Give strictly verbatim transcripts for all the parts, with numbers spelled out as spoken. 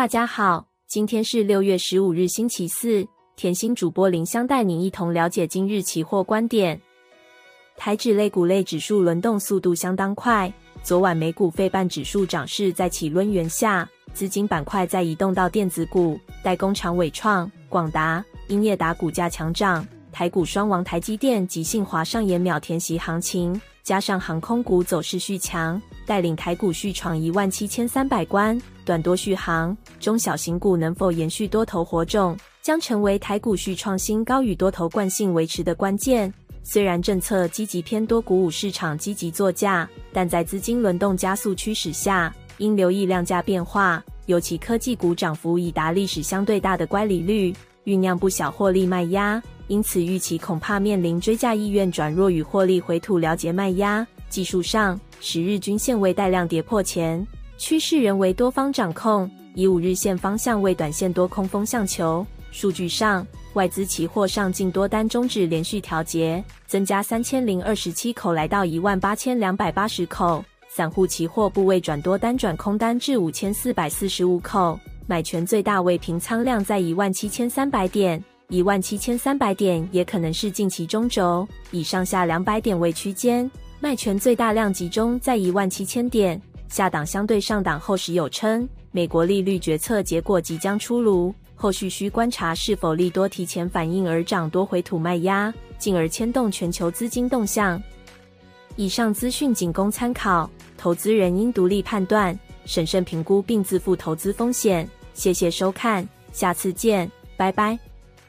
大家好，今天是六月十五日星期四，甜心主播林香带你一同了解今日期货观点。台指类股类指数轮动速度相当快，昨晚美股费半指数涨势在起抡圆下，资金板块再移动到电子股、代工厂伟创、广达、英业达股价强涨，台股双王台积电及信华上演秒填息行情，加上航空股走势续强，带领台股续闯一万七千三百关，短多续航，中小型股能否延续多头火种，将成为台股续创新高与多头惯性维持的关键。虽然政策积极偏多，股舞市场积极作价，但在资金轮动加速驱使下，应留意量价变化，尤其科技股涨幅已达历史相对大的乖离率，酝酿不小获利卖压，因此预期恐怕面临追价意愿转弱与获利回吐了结卖压。技术上，十日均线未带量跌破前，趋势仍为多方掌控，以五日线方向为短线多空风向球。数据上，外资期货上净多单终止连续调节，增加三千零二十七口来到一万八千两百八十口，散户期货部位转多单转空单至五千四百四十五口，买权最大未平仓量在一万七千三百点，一万七千三百点也可能是近期中轴，以上下两百点为区间，卖权最大量集中在一万七千点，下档相对上档后时有撑。美国利率决策结果即将出炉，后续需观察是否利多提前反应而涨多回吐卖压，进而牵动全球资金动向。以上资讯仅供参考，投资人应独立判断，审慎评估并自负投资风险。谢谢收看，下次见，拜拜。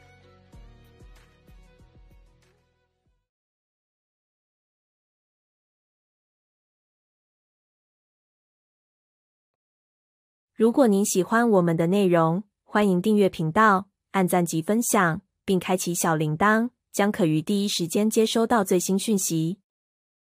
如果您喜欢我们的内容，欢迎订阅频道，按赞及分享，并开启小铃铛，将可于第一时间接收到最新讯息。